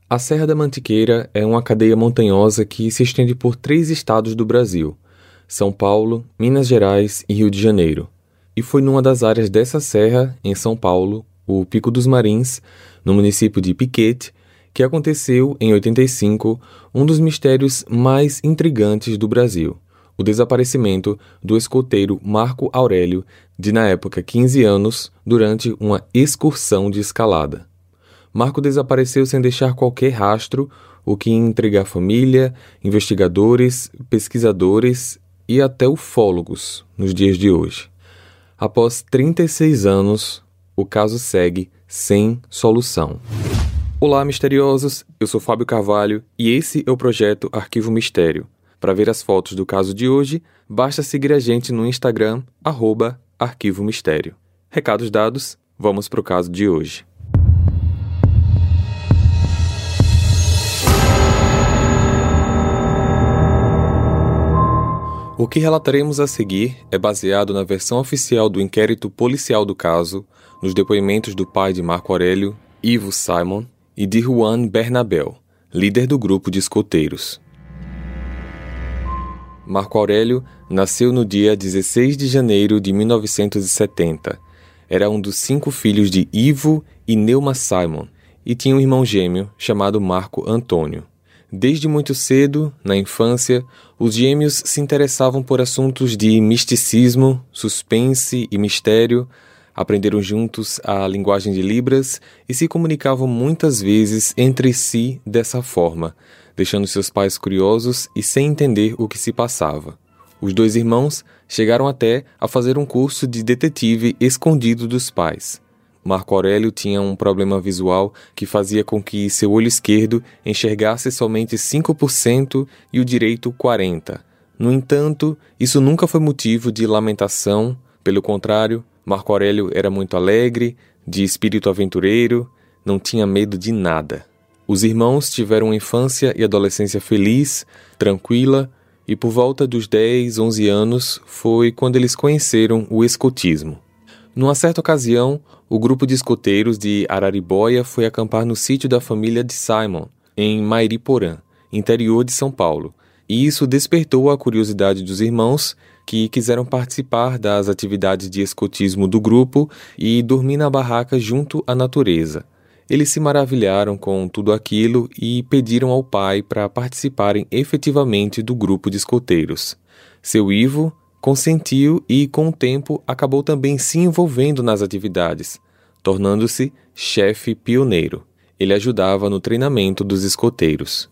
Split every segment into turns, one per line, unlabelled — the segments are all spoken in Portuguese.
A Serra da Mantiqueira é uma cadeia montanhosa que se estende por 3 estados do Brasil: São Paulo, Minas Gerais e Rio de Janeiro. E foi numa das áreas dessa serra, em São Paulo, o Pico dos Marins, no município de Piquete, que aconteceu, em 85, um dos mistérios mais intrigantes do Brasil: o desaparecimento do escoteiro Marco Aurélio, de na época 15 anos, durante uma excursão de escalada. Marco desapareceu sem deixar qualquer rastro, o que intriga a família, investigadores, pesquisadores e até ufólogos nos dias de hoje. Após 36 anos, o caso segue sem solução. Olá, misteriosos! Eu sou Fábio Carvalho e esse é o projeto Arquivo Mistério. Para ver as fotos do caso de hoje, basta seguir a gente no Instagram, @Arquivo Mistério. Recados dados, vamos para o caso de hoje. O que relataremos a seguir é baseado na versão oficial do inquérito policial do caso, nos depoimentos do pai de Marco Aurélio, Ivo Simon, e de Juan Bernabel, líder do grupo de escoteiros. Marco Aurélio nasceu no dia 16 de janeiro de 1970. Era um dos 5 filhos de Ivo e Neuma Simon e tinha um irmão gêmeo chamado Marco Antônio. Desde muito cedo, na infância, os gêmeos se interessavam por assuntos de misticismo, suspense e mistério, aprenderam juntos a linguagem de Libras e se comunicavam muitas vezes entre si dessa forma, deixando seus pais curiosos e sem entender o que se passava. Os 2 irmãos chegaram até a fazer um curso de detetive escondido dos pais. Marco Aurélio tinha um problema visual que fazia com que seu olho esquerdo enxergasse somente 5% e o direito 40%. No entanto, isso nunca foi motivo de lamentação. Pelo contrário, Marco Aurélio era muito alegre, de espírito aventureiro, não tinha medo de nada. Os irmãos tiveram uma infância e adolescência feliz, tranquila, e por volta dos 10, 11 anos foi quando eles conheceram o escotismo. Numa certa ocasião, o grupo de escoteiros de Araribóia foi acampar no sítio da família de Simon, em Mairiporã, interior de São Paulo, e isso despertou a curiosidade dos irmãos, que quiseram participar das atividades de escotismo do grupo e dormir na barraca junto à natureza. Eles se maravilharam com tudo aquilo e pediram ao pai para participarem efetivamente do grupo de escoteiros. Seu Ivo consentiu e, com o tempo, acabou também se envolvendo nas atividades, tornando-se chefe pioneiro. Ele ajudava no treinamento dos escoteiros.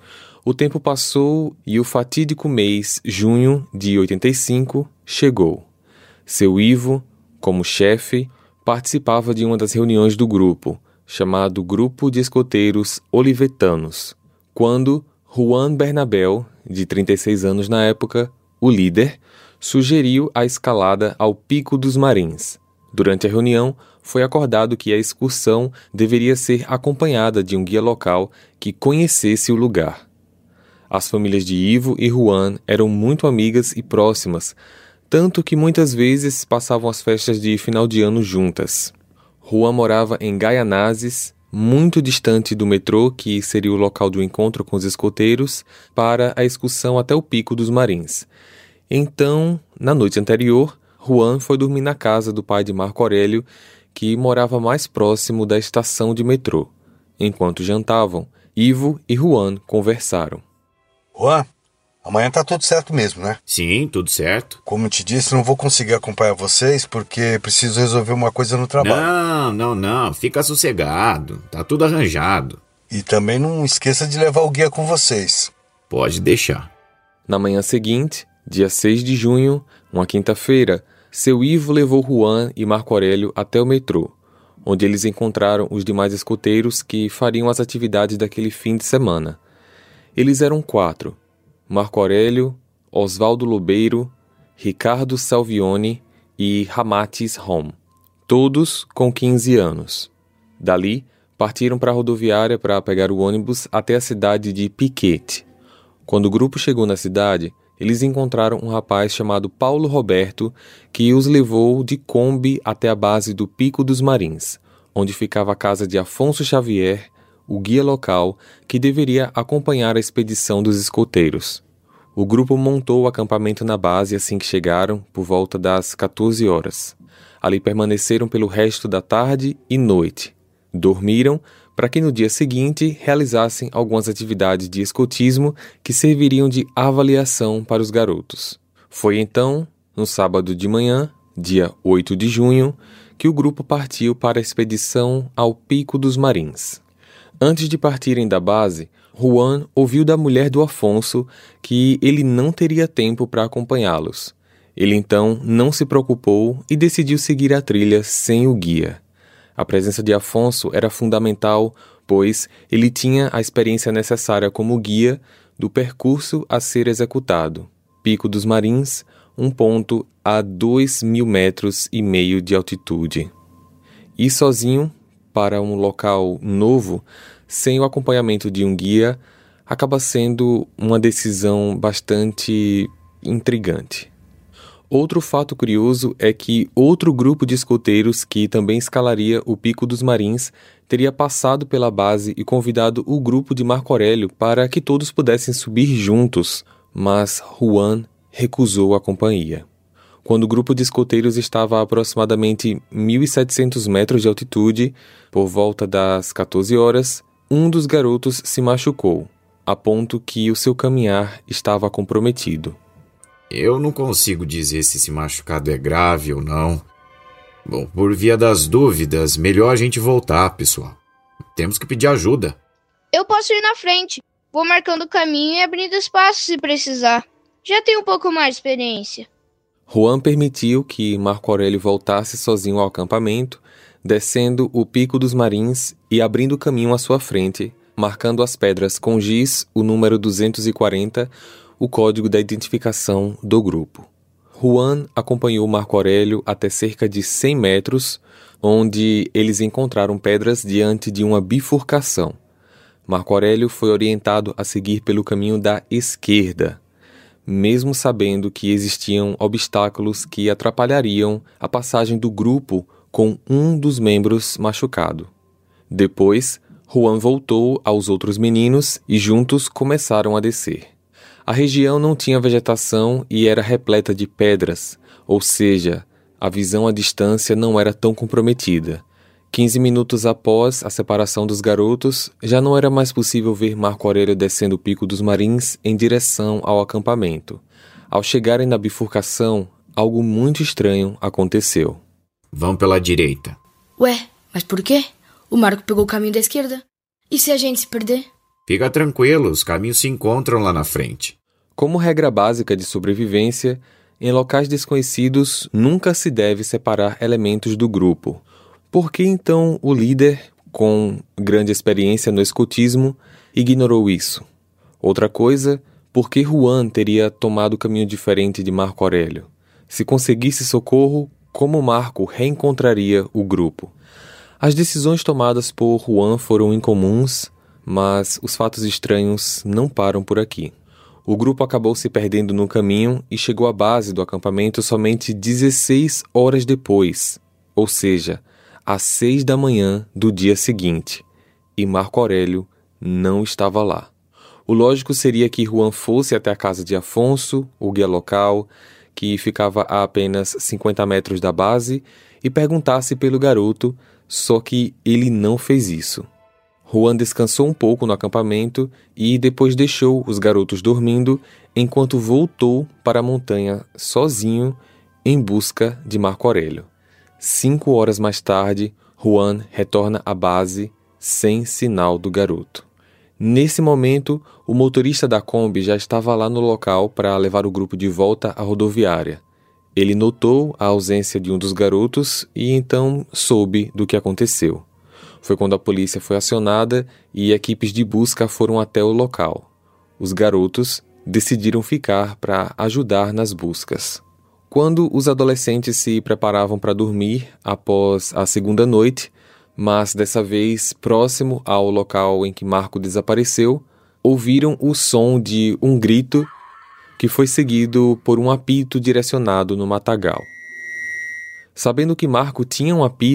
O tempo passou e o fatídico mês, junho de 85, chegou. Seu Ivo, como chefe, participava de uma das reuniões do grupo, chamado Grupo de Escoteiros Olivetanos, quando Juan Bernabel, de 36 anos na época, o líder, sugeriu a escalada ao Pico dos Marins. Durante a reunião, foi acordado que a excursão deveria ser acompanhada de um guia local que conhecesse o lugar. As famílias de Ivo e Juan eram muito amigas e próximas, tanto que muitas vezes passavam as festas de final de ano juntas. Juan morava em Guaianazes, muito distante do metrô, que seria o local do encontro com os escoteiros, para a excursão até o Pico dos Marins. Então, na noite anterior, Juan foi dormir na casa do pai de Marco Aurélio, que morava mais próximo da estação de metrô. Enquanto jantavam, Ivo e Juan conversaram.
Juan, amanhã tá tudo certo mesmo, né?
Sim, tudo certo.
Como eu te disse, não vou conseguir acompanhar vocês porque preciso resolver uma coisa no trabalho.
Não, fica sossegado, tá tudo arranjado.
E também não esqueça de levar o guia com vocês.
Pode deixar.
Na manhã seguinte, dia 6 de junho, uma quinta-feira, seu Ivo levou Juan e Marco Aurélio até o metrô, onde eles encontraram os demais escoteiros que fariam as atividades daquele fim de semana. Eles eram 4: Marco Aurélio, Oswaldo Lobeiro, Ricardo Salvione e Ramatis Rom, todos com 15 anos. Dali, partiram para a rodoviária para pegar o ônibus até a cidade de Piquete. Quando o grupo chegou na cidade, eles encontraram um rapaz chamado Paulo Roberto, que os levou de Kombi até a base do Pico dos Marins, onde ficava a casa de Afonso Xavier, o guia local que deveria acompanhar a expedição dos escoteiros. O grupo montou o acampamento na base assim que chegaram, por volta das 14 horas. Ali permaneceram pelo resto da tarde e noite. Dormiram para que no dia seguinte realizassem algumas atividades de escotismo que serviriam de avaliação para os garotos. Foi então, no sábado de manhã, dia 8 de junho, que o grupo partiu para a expedição ao Pico dos Marins. Antes de partirem da base, Juan ouviu da mulher do Afonso que ele não teria tempo para acompanhá-los. Ele então não se preocupou e decidiu seguir a trilha sem o guia. A presença de Afonso era fundamental, pois ele tinha a experiência necessária como guia do percurso a ser executado. Pico dos Marins, um ponto a 2.500 metros de altitude. Ir sozinho para um local novo, sem o acompanhamento de um guia, acaba sendo uma decisão bastante intrigante. Outro fato curioso é que outro grupo de escoteiros que também escalaria o Pico dos Marins teria passado pela base e convidado o grupo de Marco Aurélio para que todos pudessem subir juntos, mas Juan recusou a companhia. Quando o grupo de escoteiros estava a aproximadamente 1.700 metros de altitude, por volta das 14 horas, um dos garotos se machucou, a ponto que o seu caminhar estava comprometido.
Eu não consigo dizer se esse machucado é grave ou não. Bom, por via das dúvidas, melhor a gente voltar, pessoal. Temos que pedir ajuda.
Eu posso ir na frente. Vou marcando o caminho e abrindo espaço se precisar. Já tenho um pouco mais de experiência.
Juan permitiu que Marco Aurélio voltasse sozinho ao acampamento, descendo o Pico dos Marins e abrindo caminho à sua frente, marcando as pedras com giz o número 240, o código da identificação do grupo. Juan acompanhou Marco Aurélio até cerca de 100 metros, onde eles encontraram pedras diante de uma bifurcação. Marco Aurélio foi orientado a seguir pelo caminho da esquerda, mesmo sabendo que existiam obstáculos que atrapalhariam a passagem do grupo com um dos membros machucado. Depois, Juan voltou aos outros meninos e juntos começaram a descer. A região não tinha vegetação e era repleta de pedras, ou seja, a visão à distância não era tão comprometida. 15 minutos após a separação dos garotos, já não era mais possível ver Marco Aurélio descendo o Pico dos Marins em direção ao acampamento. Ao chegarem na bifurcação, algo muito estranho aconteceu.
Vamos pela direita.
Ué, mas por quê? O Marco pegou o caminho da esquerda. E se a gente se perder?
Fica tranquilo, os caminhos se encontram lá na frente.
Como regra básica de sobrevivência, em locais desconhecidos nunca se deve separar elementos do grupo. Por que então o líder, com grande experiência no escotismo, ignorou isso? Outra coisa, por que Juan teria tomado caminho diferente de Marco Aurélio? Se conseguisse socorro, como Marco reencontraria o grupo? As decisões tomadas por Juan foram incomuns, mas os fatos estranhos não param por aqui. O grupo acabou se perdendo no caminho e chegou à base do acampamento somente 16 horas depois, ou seja, às 6 da manhã do dia seguinte, e Marco Aurélio não estava lá. O lógico seria que Juan fosse até a casa de Afonso, o guia local, que ficava a apenas 50 metros da base, e perguntasse pelo garoto, só que ele não fez isso. Juan descansou um pouco no acampamento e depois deixou os garotos dormindo, enquanto voltou para a montanha sozinho em busca de Marco Aurélio. 5 horas mais tarde, Juan retorna à base sem sinal do garoto. Nesse momento, o motorista da Kombi já estava lá no local para levar o grupo de volta à rodoviária. Ele notou a ausência de um dos garotos e então soube do que aconteceu. Foi quando a polícia foi acionada e equipes de busca foram até o local. Os garotos decidiram ficar para ajudar nas buscas. Quando os adolescentes se preparavam para dormir após a segunda noite, mas dessa vez próximo ao local em que Marco desapareceu, ouviram o som de um grito que foi seguido por um apito direcionado no matagal. Sabendo que Marco tinha um apito,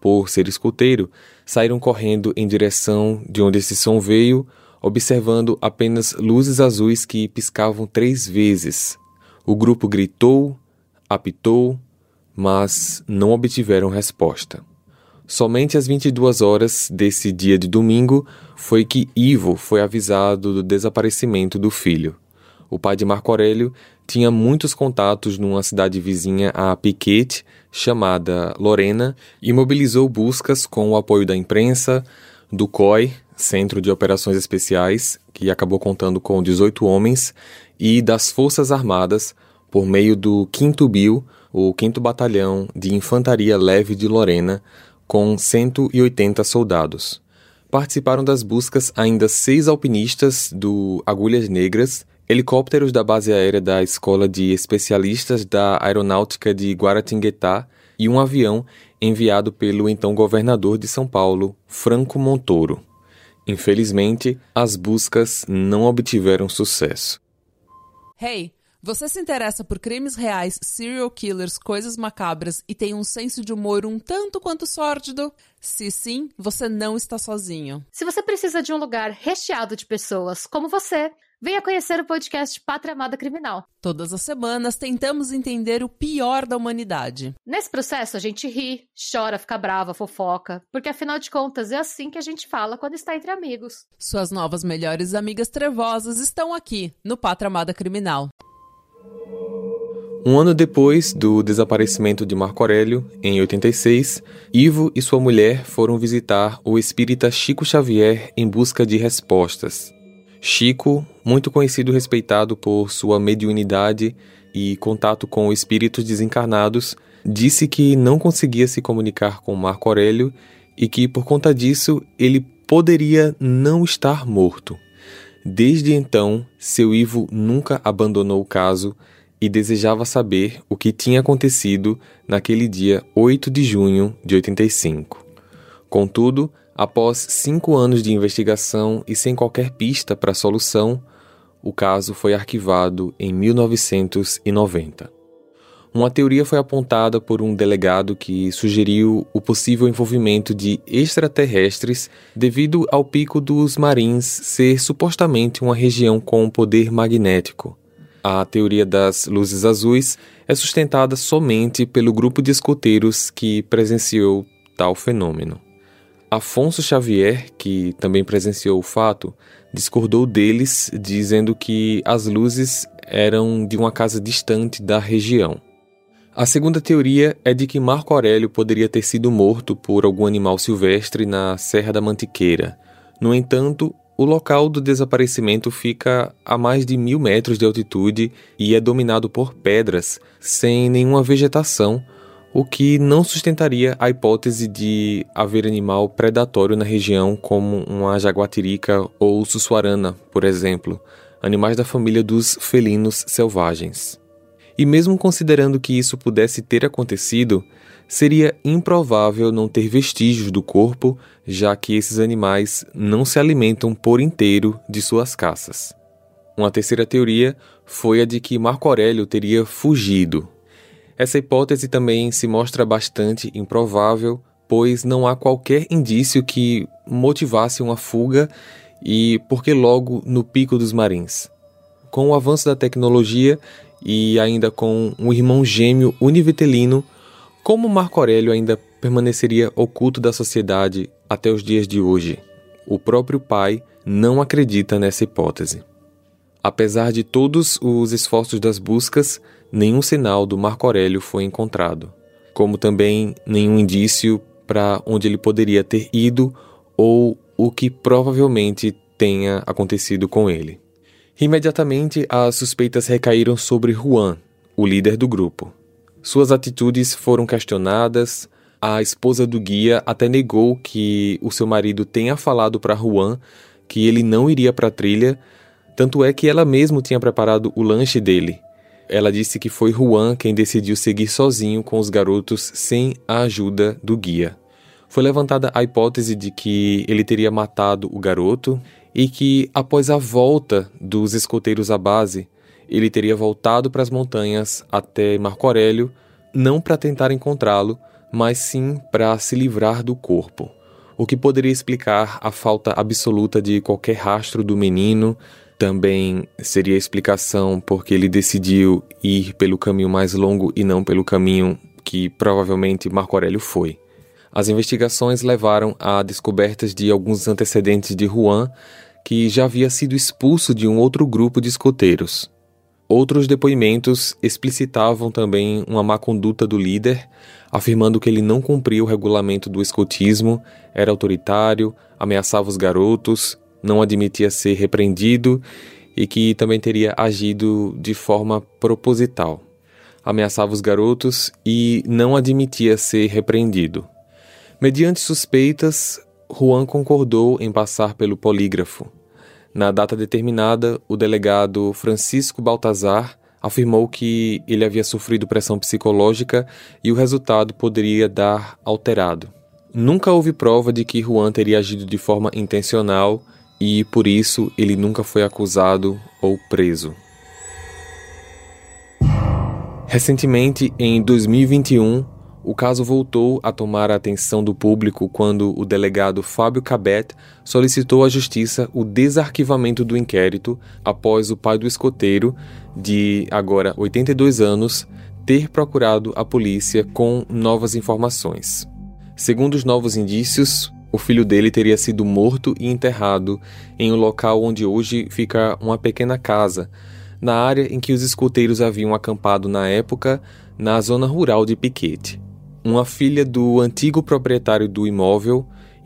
por ser escoteiro, saíram correndo em direção de onde esse som veio, observando apenas luzes azuis que piscavam 3 vezes. O grupo gritou, apitou, mas não obtiveram resposta. Somente às 22 horas desse dia de domingo foi que Ivo foi avisado do desaparecimento do filho. O pai de Marco Aurélio tinha muitos contatos numa cidade vizinha a Piquete, chamada Lorena, e mobilizou buscas com o apoio da imprensa, do COI, Centro de Operações Especiais, que acabou contando com 18 homens, e das Forças Armadas, por meio do 5º BIL, o 5º Batalhão de Infantaria Leve de Lorena, com 180 soldados. Participaram das buscas ainda 6 alpinistas do Agulhas Negras, helicópteros da base aérea da Escola de Especialistas da Aeronáutica de Guaratinguetá e um avião enviado pelo então governador de São Paulo, Franco Montoro. Infelizmente, as buscas não obtiveram sucesso.
Hey, você se interessa por crimes reais, serial killers, coisas macabras e tem um senso de humor um tanto quanto sórdido? Se sim, você não está sozinho.
Se você precisa de um lugar recheado de pessoas como você, venha conhecer o podcast Pátria Amada Criminal.
Todas as semanas tentamos entender o pior da humanidade.
Nesse processo a gente ri, chora, fica brava, fofoca, porque afinal de contas é assim que a gente fala quando está entre amigos.
Suas novas melhores amigas trevosas estão aqui, no Pátria Amada Criminal.
Um ano depois do desaparecimento de Marco Aurélio, em 86, Ivo e sua mulher foram visitar o espírita Chico Xavier em busca de respostas. Chico, muito conhecido e respeitado por sua mediunidade e contato com espíritos desencarnados, disse que não conseguia se comunicar com Marco Aurélio e que, por conta disso, ele poderia não estar morto. Desde então, seu Ivo nunca abandonou o caso e desejava saber o que tinha acontecido naquele dia 8 de junho de 85. Contudo, após 5 anos de investigação e sem qualquer pista para a solução, o caso foi arquivado em 1990. Uma teoria foi apontada por um delegado que sugeriu o possível envolvimento de extraterrestres devido ao Pico dos Marins ser supostamente uma região com poder magnético. A teoria das luzes azuis é sustentada somente pelo grupo de escoteiros que presenciou tal fenômeno. Afonso Xavier, que também presenciou o fato, discordou deles, dizendo que as luzes eram de uma casa distante da região. A segunda teoria é de que Marco Aurélio poderia ter sido morto por algum animal silvestre na Serra da Mantiqueira. No entanto, o local do desaparecimento fica a mais de 1.000 metros de altitude e é dominado por pedras, sem nenhuma vegetação, o que não sustentaria a hipótese de haver animal predatório na região como uma jaguatirica ou sussuarana, por exemplo, animais da família dos felinos selvagens. E mesmo considerando que isso pudesse ter acontecido, seria improvável não ter vestígios do corpo, já que esses animais não se alimentam por inteiro de suas caças. Uma terceira teoria foi a de que Marco Aurélio teria fugido. Essa hipótese também se mostra bastante improvável, pois não há qualquer indício que motivasse uma fuga e porque logo no Pico dos Marins. Com o avanço da tecnologia e ainda com um irmão gêmeo univitelino, como Marco Aurélio ainda permaneceria oculto da sociedade até os dias de hoje? O próprio pai não acredita nessa hipótese. Apesar de todos os esforços das buscas, nenhum sinal do Marco Aurélio foi encontrado, como também nenhum indício para onde ele poderia ter ido ou o que provavelmente tenha acontecido com ele. Imediatamente, as suspeitas recaíram sobre Juan, o líder do grupo. Suas atitudes foram questionadas, a esposa do guia até negou que o seu marido tenha falado para Juan que ele não iria para a trilha, tanto é que ela mesma tinha preparado o lanche dele. Ela disse que foi Juan quem decidiu seguir sozinho com os garotos sem a ajuda do guia. Foi levantada a hipótese de que ele teria matado o garoto e que, após a volta dos escoteiros à base, ele teria voltado para as montanhas até Marco Aurélio, não para tentar encontrá-lo, mas sim para se livrar do corpo, o que poderia explicar a falta absoluta de qualquer rastro do menino. Também seria a explicação porque ele decidiu ir pelo caminho mais longo e não pelo caminho que provavelmente Marco Aurélio foi. As investigações levaram a descobertas de alguns antecedentes de Juan, que já havia sido expulso de um outro grupo de escoteiros. Outros depoimentos explicitavam também uma má conduta do líder, afirmando que ele não cumpria o regulamento do escotismo, era autoritário, ameaçava os garotos, não admitia ser repreendido e que também teria agido de forma proposital. Ameaçava os garotos e não admitia ser repreendido. Mediante suspeitas, Juan concordou em passar pelo polígrafo. Na data determinada, o delegado Francisco Baltazar afirmou que ele havia sofrido pressão psicológica e o resultado poderia dar alterado. Nunca houve prova de que Juan teria agido de forma intencional e, por isso, ele nunca foi acusado ou preso. Recentemente, em 2021, o caso voltou a tomar a atenção do público quando o delegado Fábio Cabet solicitou à Justiça o desarquivamento do inquérito após o pai do escoteiro, de agora 82 anos, ter procurado a polícia com novas informações. Segundo os novos indícios, o filho dele teria sido morto e enterrado em um local onde hoje fica uma pequena casa, na área em que os escoteiros haviam acampado na época, na zona rural de Piquete. Uma filha do antigo proprietário do imóvel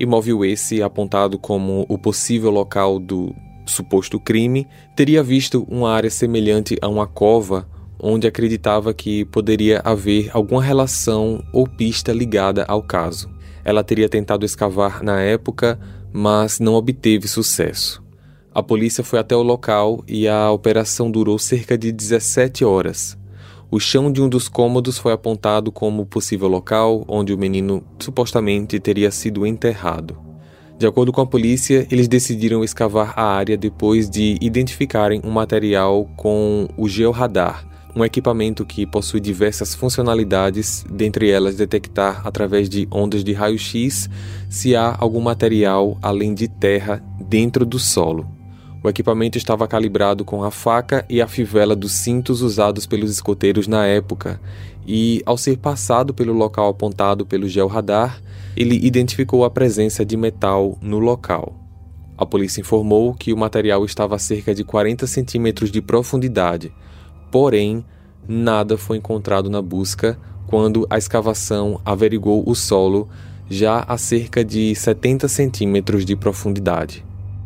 esse apontado como o possível local do suposto crime, teria visto uma área semelhante a uma cova onde acreditava que poderia haver alguma relação ou pista ligada ao caso. Ela teria tentado escavar na época, mas não obteve sucesso. A polícia foi até o local e a operação durou cerca de 17 horas. O chão de um dos cômodos foi apontado como possível local onde o menino supostamente teria sido enterrado. De acordo com a polícia, eles decidiram escavar a área depois de identificarem um material com o georradar, um equipamento que possui diversas funcionalidades, dentre elas detectar através de ondas de raio-x se há algum material além de terra dentro do solo. O equipamento estava calibrado com a faca e a fivela dos cintos usados pelos escoteiros na época, e, ao ser passado pelo local apontado pelo georradar, ele identificou a presença de metal no local. A polícia informou que o material estava a cerca de 40 centímetros de profundidade, porém, nada foi encontrado na busca quando a escavação averigou o solo já a cerca de 70 centímetros de profundidade.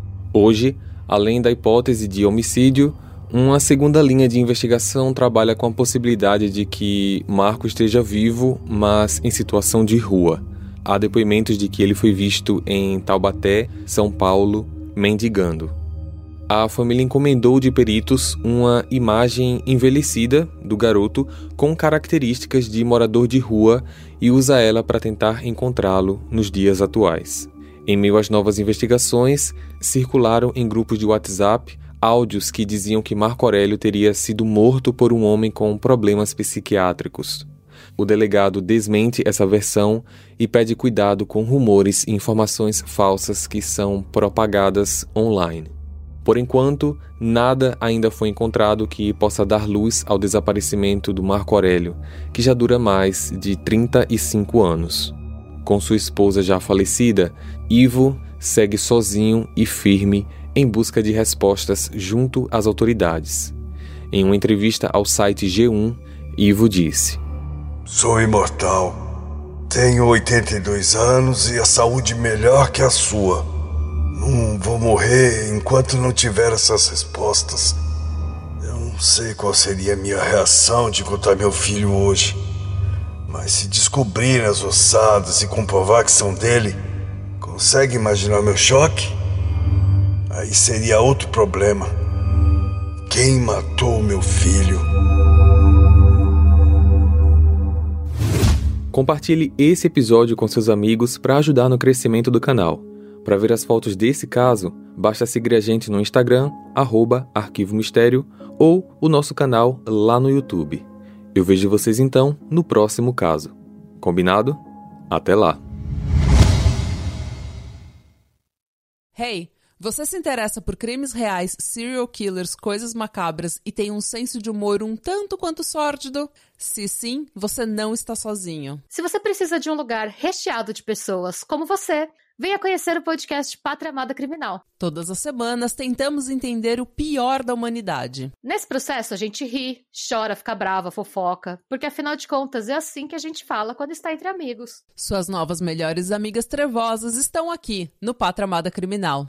Hoje, além da hipótese de homicídio, uma segunda linha de investigação trabalha com a possibilidade de que Marco esteja vivo, mas em situação de rua. Há depoimentos de que ele foi visto em Taubaté, São Paulo, mendigando. A família encomendou de peritos uma imagem envelhecida do garoto com características de morador de rua e usa ela para tentar encontrá-lo nos dias atuais. Em meio às novas investigações, circularam em grupos de WhatsApp áudios que diziam que Marco Aurélio teria sido morto por um homem com problemas psiquiátricos. O delegado desmente essa versão e pede cuidado com rumores e informações falsas que são propagadas online. Por enquanto, nada ainda foi encontrado que possa dar luz ao desaparecimento do Marco Aurélio, que já dura mais de 35 anos. Com sua esposa já falecida, Ivo segue sozinho e firme em busca de respostas junto às autoridades. Em uma entrevista ao site G1, Ivo disse:
"Sou imortal. Tenho 82 anos e a saúde melhor que a sua. Não vou morrer enquanto não tiver essas respostas. Eu não sei qual seria a minha reação de encontrar meu filho hoje. Mas se descobrir as ossadas e comprovar que são dele, consegue imaginar meu choque? Aí seria outro problema. Quem matou meu filho?"
Compartilhe esse episódio com seus amigos para ajudar no crescimento do canal. Para ver as fotos desse caso, basta seguir a gente no Instagram, @Arquivo Mistério, ou o nosso canal lá no YouTube. Eu vejo vocês então no próximo caso. Combinado? Até lá!
Hey, você se interessa por crimes reais, serial killers, coisas macabras e tem um senso de humor um tanto quanto sórdido? Se sim, você não está sozinho.
Se você precisa de um lugar recheado de pessoas como você, venha conhecer o podcast Pátria Amada Criminal.
Todas as semanas tentamos entender o pior da humanidade.
Nesse processo a gente ri, chora, fica brava, fofoca, porque afinal de contas é assim que a gente fala quando está entre amigos.
Suas novas melhores amigas trevosas estão aqui no Pátria Amada Criminal.